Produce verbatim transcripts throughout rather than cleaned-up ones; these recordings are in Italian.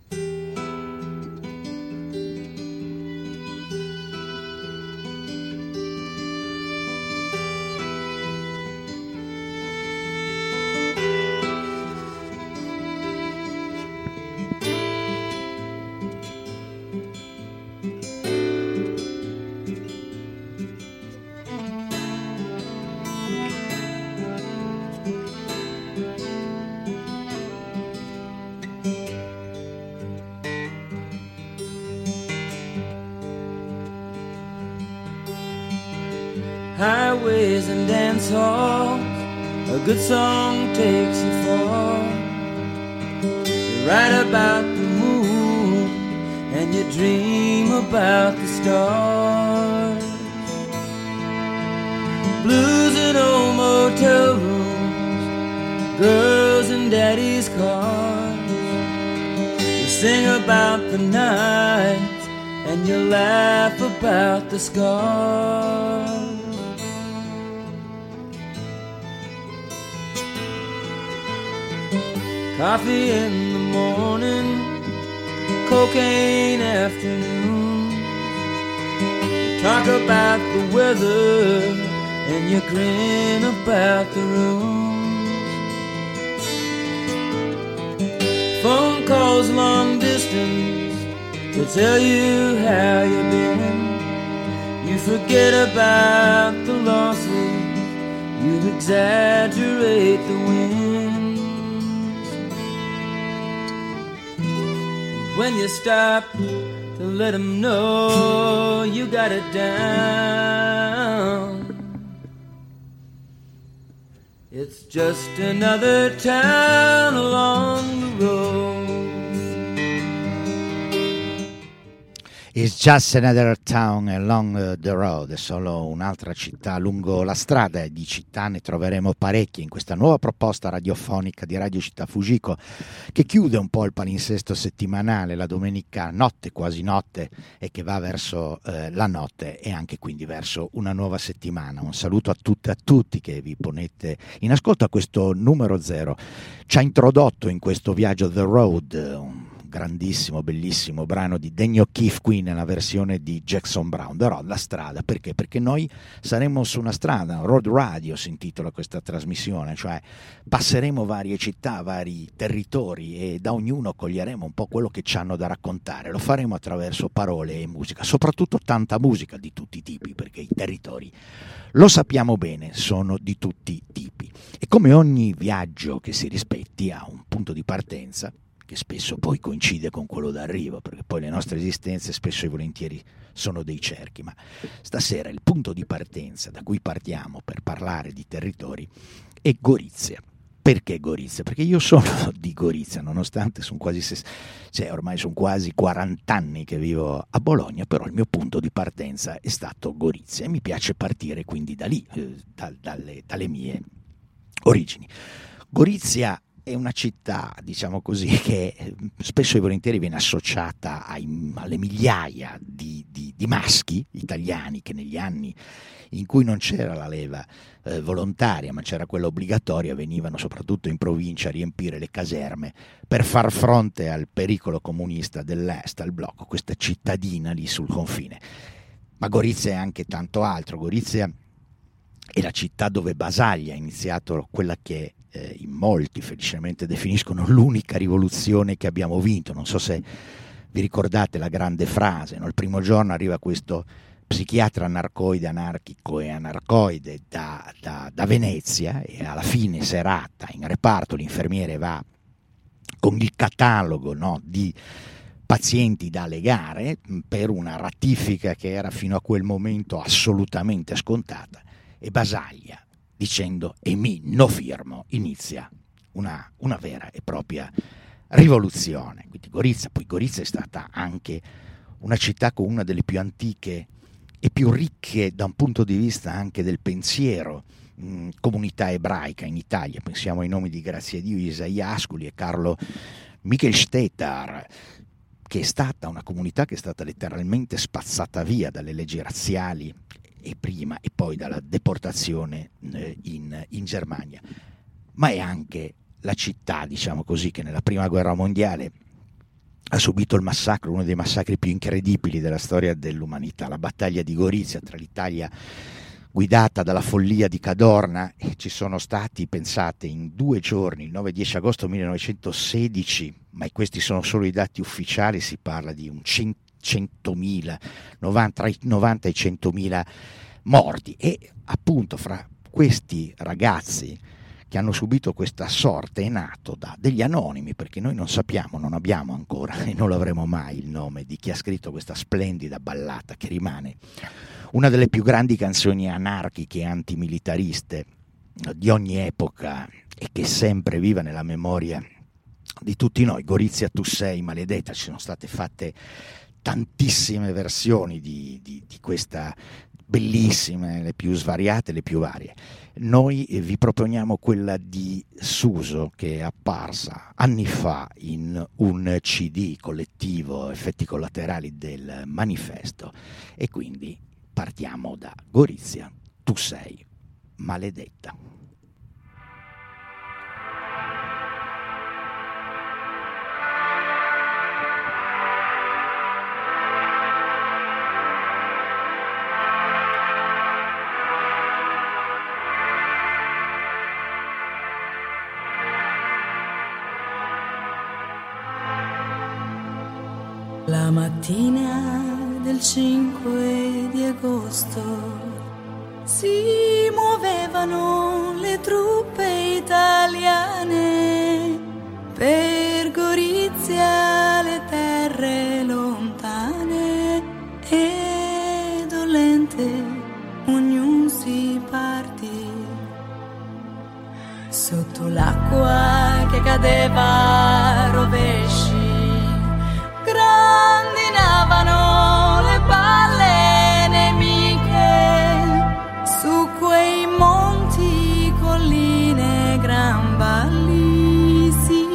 Highways and dance halls, a good song takes you far. You write about the moon and you dream about the stars. Blues in old motel rooms, girls in daddy's cars. You sing about the nights and you laugh about the scars. Coffee in the morning, cocaine afternoon. You talk about the weather and you grin about the rooms. Phone calls long distance to tell you how you've been. You forget about the losses, you exaggerate the wins. When you stop to let them know you got it down, it's just another town along the road. It's just another town along the road, è solo un'altra città lungo la strada, e di città ne troveremo parecchie in questa nuova proposta radiofonica di Radio Città Fujiko, che chiude un po' il palinsesto settimanale la domenica notte, quasi notte, e che va verso eh, la notte e anche quindi verso una nuova settimana. Un saluto a tutte e a tutti che vi ponete in ascolto a questo numero zero. Ci ha introdotto in questo viaggio The Road, un grandissimo, bellissimo brano di Danny O'Keefe qui nella versione di Jackson Browne, The Road, la strada. Perché? Perché noi saremo su una strada, Road Radio si intitola questa trasmissione, cioè passeremo varie città, vari territori e da ognuno coglieremo un po' quello che ci hanno da raccontare. Lo faremo attraverso parole e musica, soprattutto tanta musica di tutti i tipi, perché i territori, lo sappiamo bene, sono di tutti i tipi. E come ogni viaggio che si rispetti ha un punto di partenza che spesso poi coincide con quello d'arrivo, perché poi le nostre esistenze spesso e volentieri sono dei cerchi, ma stasera il punto di partenza da cui partiamo per parlare di territori è Gorizia. Perché Gorizia? Perché io sono di Gorizia, nonostante sono quasi ses- cioè ormai sono quasi quaranta anni che vivo a Bologna, però il mio punto di partenza è stato Gorizia e mi piace partire quindi da lì, eh, da, dalle, dalle mie origini. Gorizia è una città, diciamo così, che spesso e volentieri viene associata ai, alle migliaia di, di, di maschi italiani che negli anni in cui non c'era la leva eh, volontaria ma c'era quella obbligatoria venivano soprattutto in provincia a riempire le caserme per far fronte al pericolo comunista dell'est, al blocco, questa cittadina lì sul confine. Ma Gorizia è anche tanto altro. Gorizia è la città dove Basaglia ha iniziato quella che eh, in molti felicemente definiscono l'unica rivoluzione che abbiamo vinto. Non so se vi ricordate la grande frase, no? Il primo giorno arriva questo psichiatra anarcoide, anarchico e anarcoide da, da, da Venezia e alla fine serata in reparto l'infermiere va con il catalogo, no, di pazienti da legare per una ratifica che era fino a quel momento assolutamente scontata, e Basaglia, dicendo e mi no firmo, inizia una, una vera e propria rivoluzione. Quindi Gorizia, poi Gorizia è stata anche una città con una delle più antiche e più ricche da un punto di vista anche del pensiero mh, comunità ebraica in Italia. Pensiamo ai nomi di Grazia Dio, Isaia Ascoli e Carlo Michelstetter, che è stata una comunità che è stata letteralmente spazzata via dalle leggi razziali e prima e poi dalla deportazione eh, in, in Germania. Ma è anche la città, diciamo così, che nella prima guerra mondiale ha subito il massacro, uno dei massacri più incredibili della storia dell'umanità, la battaglia di Gorizia tra l'Italia guidata dalla follia di Cadorna, e ci sono stati, pensate, in due giorni, il nove e dieci agosto millenovecentosedici, ma questi sono solo i dati ufficiali, si parla di un centomila, novanta, novanta e centomila morti, e appunto fra questi ragazzi che hanno subito questa sorte è nato da degli anonimi, perché noi non sappiamo, non abbiamo ancora e non lo avremo mai il nome di chi ha scritto questa splendida ballata che rimane una delle più grandi canzoni anarchiche e antimilitariste di ogni epoca e che è sempre viva nella memoria di tutti noi. Gorizia tu sei maledetta, ci sono state fatte tantissime versioni di, di, di questa bellissime, le più svariate, le più varie. Noi vi proponiamo quella di Suso, che è apparsa anni fa in un C D collettivo Effetti collaterali del Manifesto, e quindi partiamo da Gorizia tu sei maledetta. La mattina del cinque di agosto si muovevano le truppe italiane per Gorizia, le terre lontane, e dolente ognuno si partì sotto l'acqua che cadeva a rovesci. Grandinavano le balle nemiche su quei monti, colline, gran valli. Si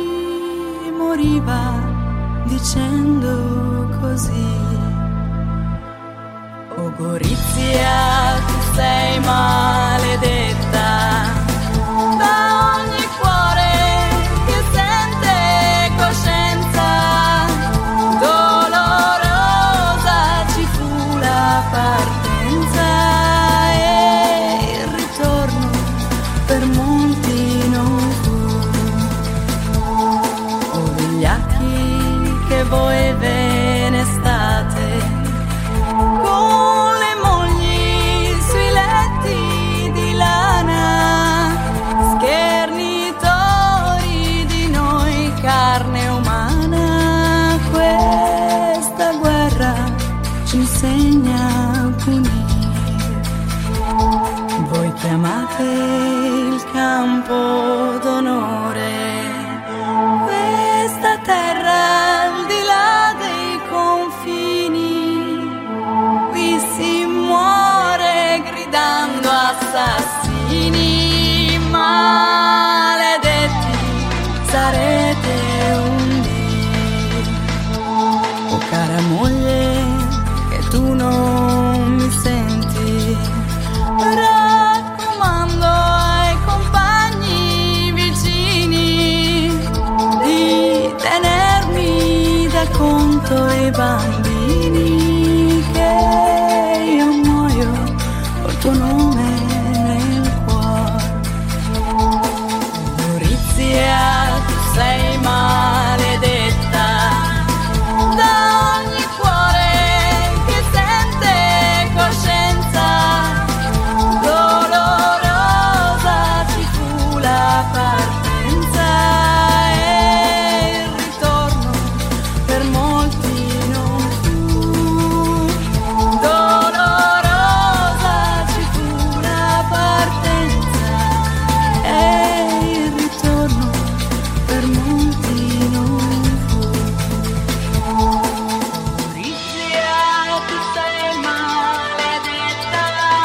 moriva dicendo così: o Gorizia, tu sei maledetta da ogni cuore che sente coscienza. Dolorosa ci fu la partenza e il ritorno per molti non fu. O vigliacchi che voi ve ne state con le mogli sui letti di lana, schernitori di noi carne umana. Questa guerra ci insegna a punire. Voi chiamate il campo d'onore questa terra al di là dei confini. Qui si muore gridando assassini. Maledetti sarete un dì. O cara moglie che tu non mi senti, raccomando ai compagni vicini di tenermi da conto i bambini, che io muoio col tuo nome nel cuore. Gorizia, tu sei maledetta da ogni cuore che sente coscienza. Dolorosa ci fu la partenza e il ritorno per molti non fu. Dolorosa ci fu la partenza e il ritorno per molti non fu. Gorizia, tu sei maledetta.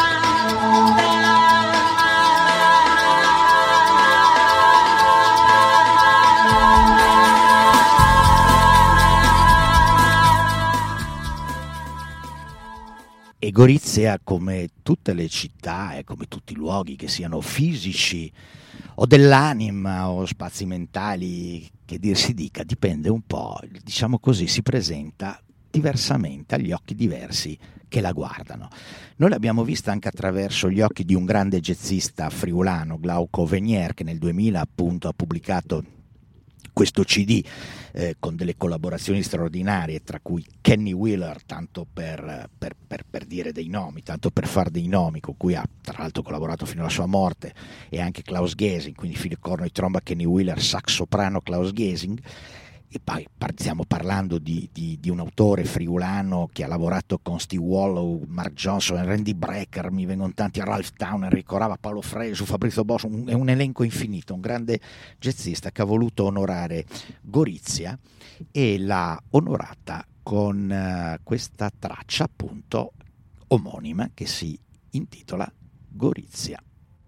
E Gorizia, come tutte le città e come tutti i luoghi, che siano fisici o dell'anima o spazi mentali, che dir si dica, dipende un po', diciamo così, si presenta diversamente agli occhi diversi che la guardano. Noi l'abbiamo vista anche attraverso gli occhi di un grande jazzista friulano, Glauco Venier, che nel duemila appunto ha pubblicato questo C D eh, con delle collaborazioni straordinarie, tra cui Kenny Wheeler, tanto per, per, per, per dire dei nomi, tanto per far dei nomi, con cui ha tra l'altro collaborato fino alla sua morte, e anche Klaus Gesing, quindi figlio corno e tromba Kenny Wheeler, sax soprano Klaus Gesing. E poi stiamo parlando di, di, di un autore friulano che ha lavorato con Steve Wallow, Mark Johnson, Randy Brecker, mi vengono tanti, Ralph Town, Enrico Rava, Paolo Fresu, Fabrizio Bosch, un, è un elenco infinito, un grande jazzista che ha voluto onorare Gorizia e l'ha onorata con uh, questa traccia appunto omonima che si intitola Gorizia.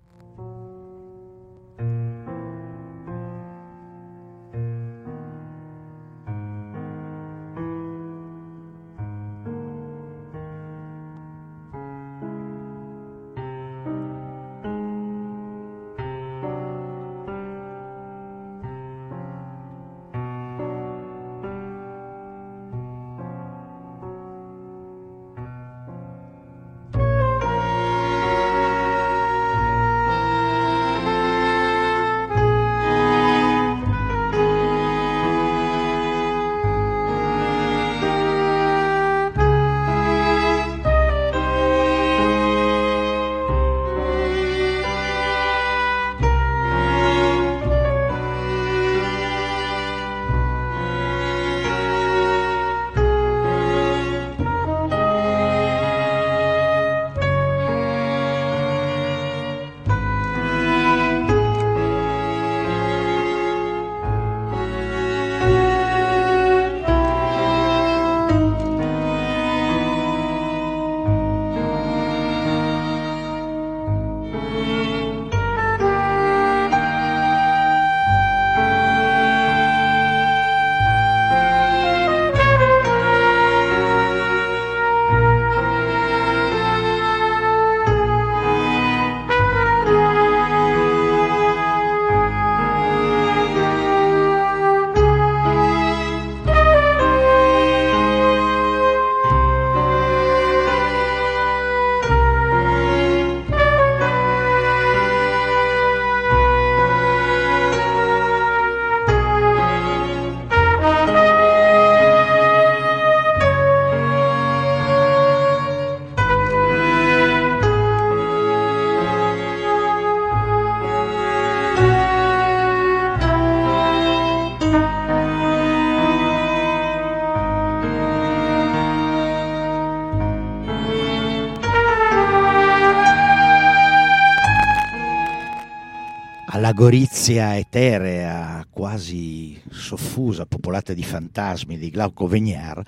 La Gorizia eterea, quasi soffusa, popolata di fantasmi di Glauco Venier,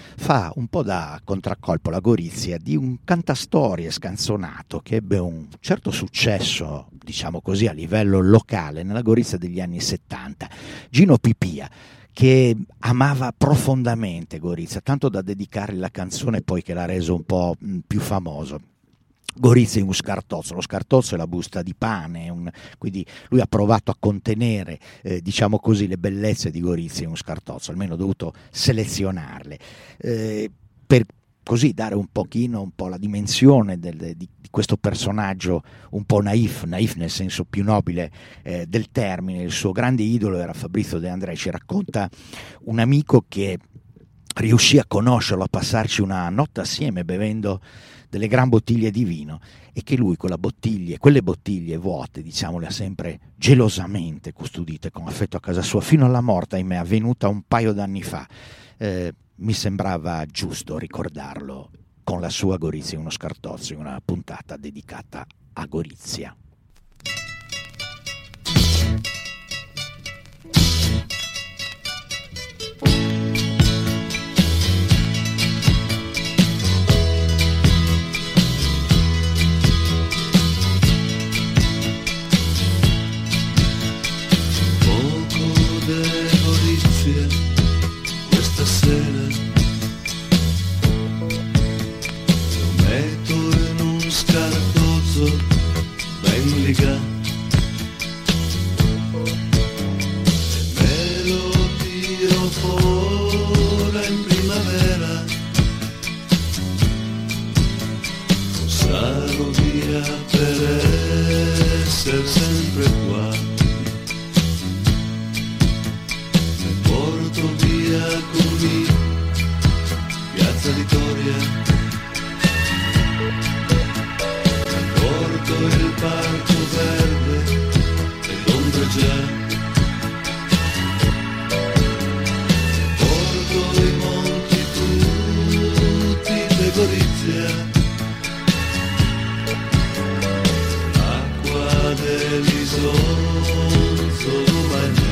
fa un po' da contraccolpo la Gorizia di un cantastorie scanzonato che ebbe un certo successo, diciamo così, a livello locale nella Gorizia degli anni settanta. Gino Pipia, che amava profondamente Gorizia, tanto da dedicargli la canzone poi che l'ha reso un po' più famoso. Gorizia in un scartozzo, lo scartozzo è la busta di pane, un, quindi lui ha provato a contenere eh, diciamo così le bellezze di Gorizia in un scartozzo, almeno ha dovuto selezionarle eh, per così dare un pochino un po' la dimensione del, di, di questo personaggio un po' naif, naif nel senso più nobile eh, del termine. Il suo grande idolo era Fabrizio De André. Ci racconta un amico che riuscì a conoscerlo, a passarci una notte assieme bevendo delle gran bottiglie di vino, e che lui con la bottiglie, quelle bottiglie vuote, diciamo, le ha sempre gelosamente custodite con affetto a casa sua fino alla morte, ahimè, avvenuta un paio d'anni fa. Eh, mi sembrava giusto ricordarlo con la sua Gorizia in uno scartozzo, in una puntata dedicata a Gorizia. Questa sera lo metto in un scartozzo, ora in primavera, sarò via per essere sempre qua, e porto via con me Piazza Vittoria, e porto il parco verde e l'ombreggiato, i monti tutti di Gorizia, l'acqua dell'isonzo bagna.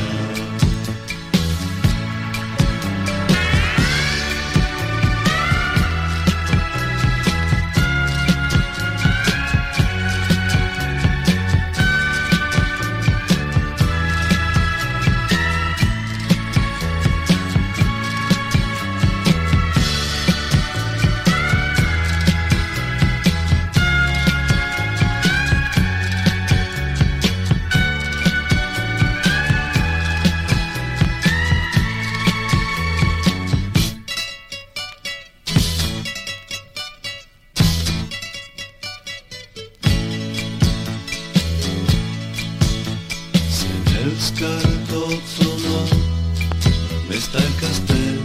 Scartozzo no, me sta il castello,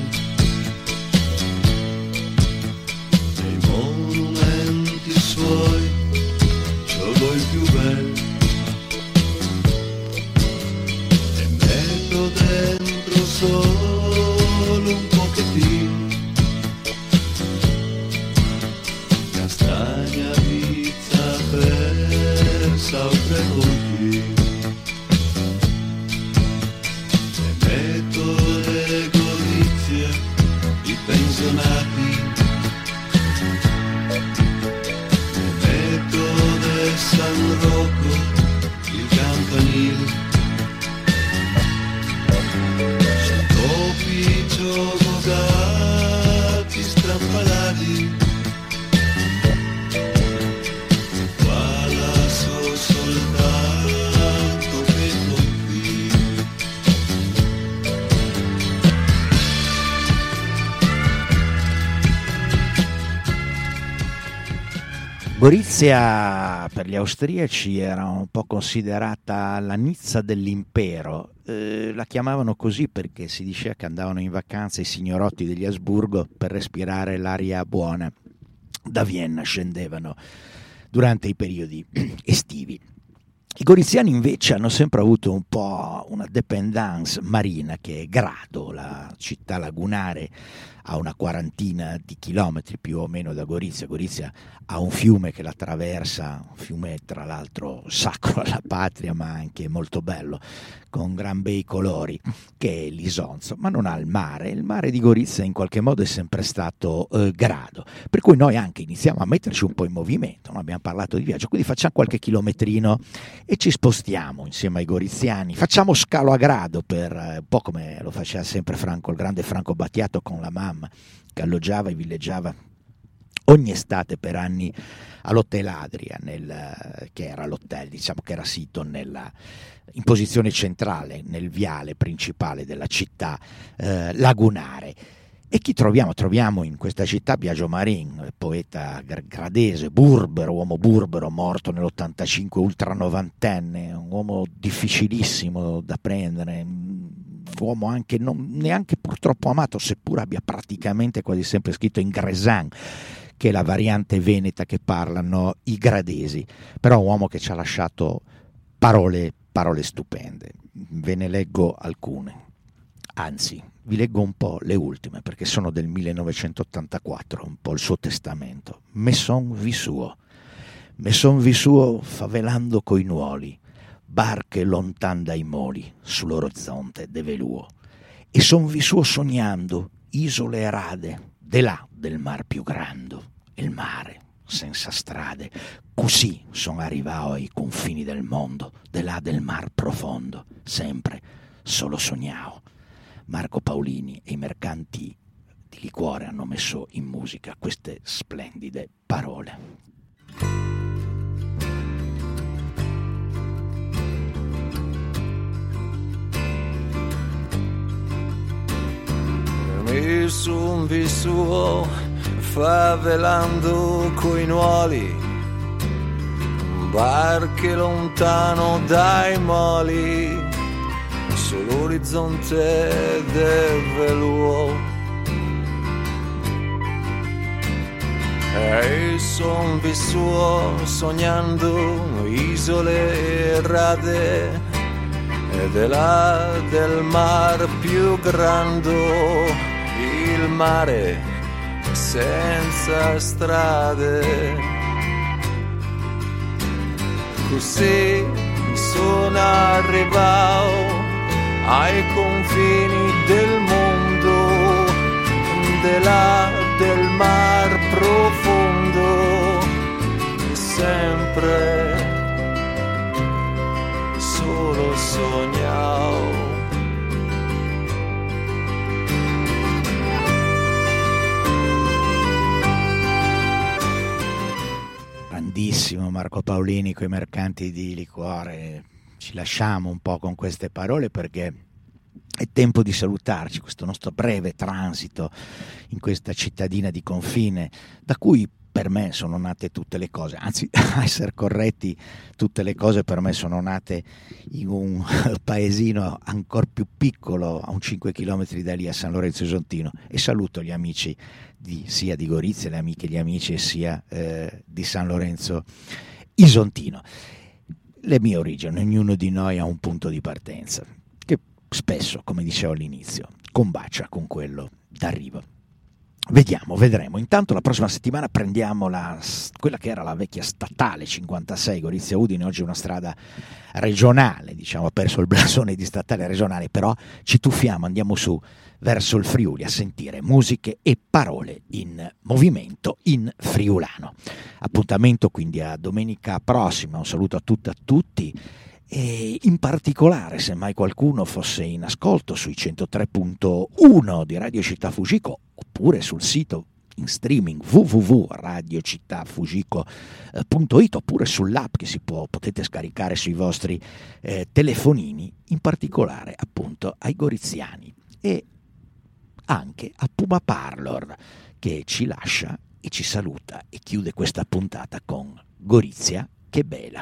dei monumenti suoi, solo il più bello, e metto dentro solo un pochettino, castagna pizza persa o tre colpi. Le Gorizia, i pensionati, e metto de San Rocco, il campanile, su topi gioco gatti strampalati, qua la so soltanto che tocchi. Gorizia per gli austriaci era un po' considerata la Nizza dell'impero, eh, la chiamavano così perché si diceva che andavano in vacanza i signorotti degli Asburgo per respirare l'aria buona. Da Vienna scendevano durante i periodi estivi. I goriziani invece hanno sempre avuto un po' una dépendance marina, che è Grado, la città lagunare a una quarantina di chilometri più o meno da Gorizia. Gorizia ha un fiume che la attraversa, un fiume tra l'altro sacro alla patria ma anche molto bello, con gran bei colori, che è l'Isonzo, ma non ha il mare. Il mare di Gorizia in qualche modo è sempre stato eh, Grado, per cui noi anche iniziamo a metterci un po' in movimento, no? Abbiamo parlato di viaggio, quindi facciamo qualche chilometrino e ci spostiamo insieme ai goriziani, facciamo scalo a Grado, per eh, un po' come lo faceva sempre Franco, il grande Franco Battiato con la mamma, che alloggiava e villeggiava ogni estate per anni all'Hotel Adria, nel, che era l'hotel, diciamo che era sito nella, in posizione centrale nel viale principale della città eh, lagunare. E chi troviamo? Troviamo in questa città Biagio Marin, poeta gradese, burbero, uomo burbero, morto nell'ottantacinque, ultra novantenne, un uomo difficilissimo da prendere, uomo anche non, neanche purtroppo amato, seppur abbia praticamente quasi sempre scritto in gresan, che è la variante veneta che parlano i gradesi, però un uomo che ci ha lasciato parole, parole stupende. Ve ne leggo alcune, anzi vi leggo un po' le ultime perché sono del millenovecentottantaquattro, un po' il suo testamento. Me son visuo, me son visuo favelando coi nuoli, barche lontan dai moli sull'orizzonte de veluo, e son visuo sognando isole e rade de là del mar più grando, il mare senza strade, così son arrivao ai confini del mondo, de là del mar profondo, sempre solo sognao. Marco Paolini e i mercanti di liquore hanno messo in musica queste splendide parole. e son vissuo favelando coi nuoli, barche lontano dai moli, sull'orizzonte del veluo. E son vissuo sognando isole errate e de là del mar più grande, il mare senza strade. Così sono arrivato ai confini del mondo, de là del mar profondo, sempre solo sognavo. Grandissimo Marco Paolini coi Mercanti di Liquore. Ci lasciamo un po' con queste parole perché è tempo di salutarci, questo nostro breve transito in questa cittadina di confine, da cui per me sono nate tutte le cose, anzi a essere corretti tutte le cose per me sono nate in un paesino ancora più piccolo, a un cinque chilometri da lì, a San Lorenzo Isontino, e saluto gli amici di, sia di Gorizia, le amiche e gli amici, sia eh, di San Lorenzo Isontino. Le mie origini, ognuno di noi ha un punto di partenza che spesso, come dicevo all'inizio, combacia con quello d'arrivo. Vediamo, vedremo. Intanto la prossima settimana prendiamo la, quella che era la vecchia statale cinquantasei Gorizia Udine, oggi è una strada regionale, diciamo, ha perso il blasone di statale regionale, però ci tuffiamo, andiamo su verso il Friuli a sentire musiche e parole in movimento in friulano. Appuntamento quindi a domenica prossima, un saluto a tutte e a tutti. E in particolare, se mai qualcuno fosse in ascolto sui centotré virgola uno di Radio Città Fugico oppure sul sito in streaming w w w punto radio città fugico punto it oppure sull'app che si può, potete scaricare sui vostri eh, telefonini, in particolare appunto ai goriziani e anche a Puma Parlor che ci lascia e ci saluta e chiude questa puntata con Gorizia che bella.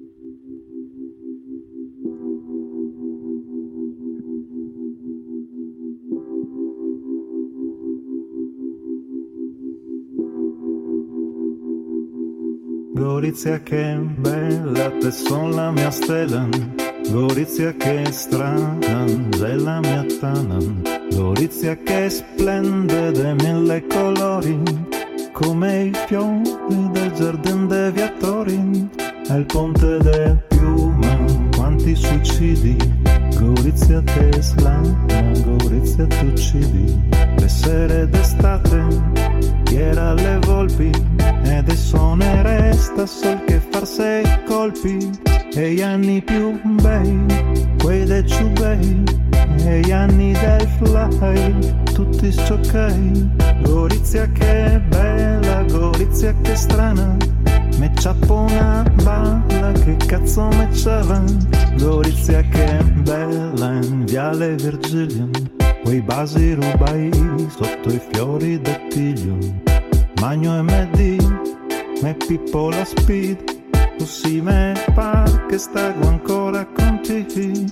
Gorizia che bella, te son la mia stella, Gorizia che strana, è la mia tana, Gorizia che splende de mille colori, come i fiori del giardin dei viatori, è il ponte del fiume, quanti suicidi, Gorizia che slana, Gorizia ti uccidi, le sere d'estate, era le volpi, ed adesso ne resta sol che far sei colpi, e gli anni più bei, quei dei ciù bei, e gli anni del fly, tutti scioccai. Gorizia che bella, Gorizia che strana, me ciappo una balla, che cazzo me c'ava. Gorizia che bella, in viale Virgilio, quei basi rubai sotto i fiori del tiglio. Magno M D, me pippo la speed, così me par che stago ancora con te.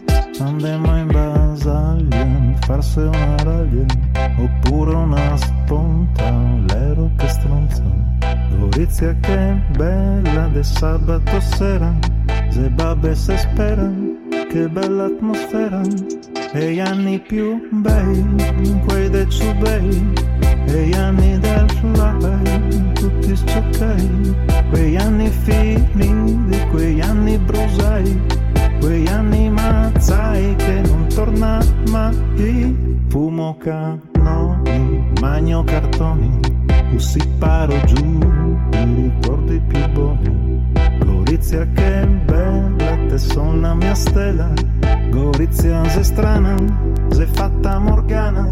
Andiamo in Basaglia, farsi una raglia, oppure una sponta, l'ero che stronza. Gorizia che bella de sabato sera, se babbe se spera, che bella atmosfera. E gli anni più bei, quei dei ciù bei, e gli anni del fly, tutti scioccai. Quegli anni finiti, quegli anni brusai, quegli anni mazzai che non torna mai. Fumo cannoni, magno cartoni, così paro giù i ricordi più buoni. Gorizia che bella, te son la mia stella, Gorizia se strana, se fatta morgana,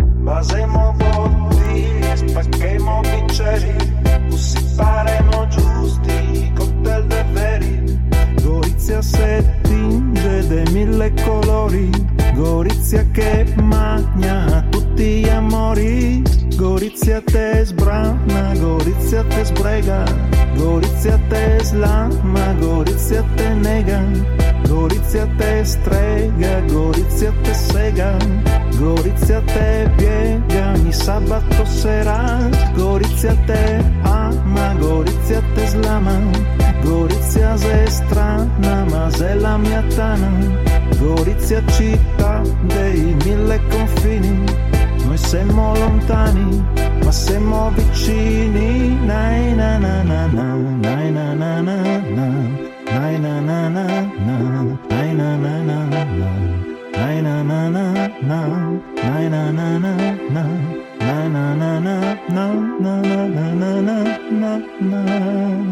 basemo botti, spacchemo bicchieri, così paremo giusti, cocktail de veri. Gorizia se tinge de mille colori, Gorizia che magna tutti gli amori, Gorizia te sbrana, Gorizia te sbrega, Gorizia te slama, Gorizia te nega, Gorizia te strega, Gorizia te sega, Gorizia te piega ogni sabato sera, Gorizia te ama, Gorizia te slama, Gorizia sei strana ma sei la mia tana, Gorizia città dei mille confini, noi siamo lontani ma siamo vicini, nai na na na na, nai na na na na, nai na na na na, nai na na na na, nai na na na na, nai na na na na, nai na na na na, na na na na na na.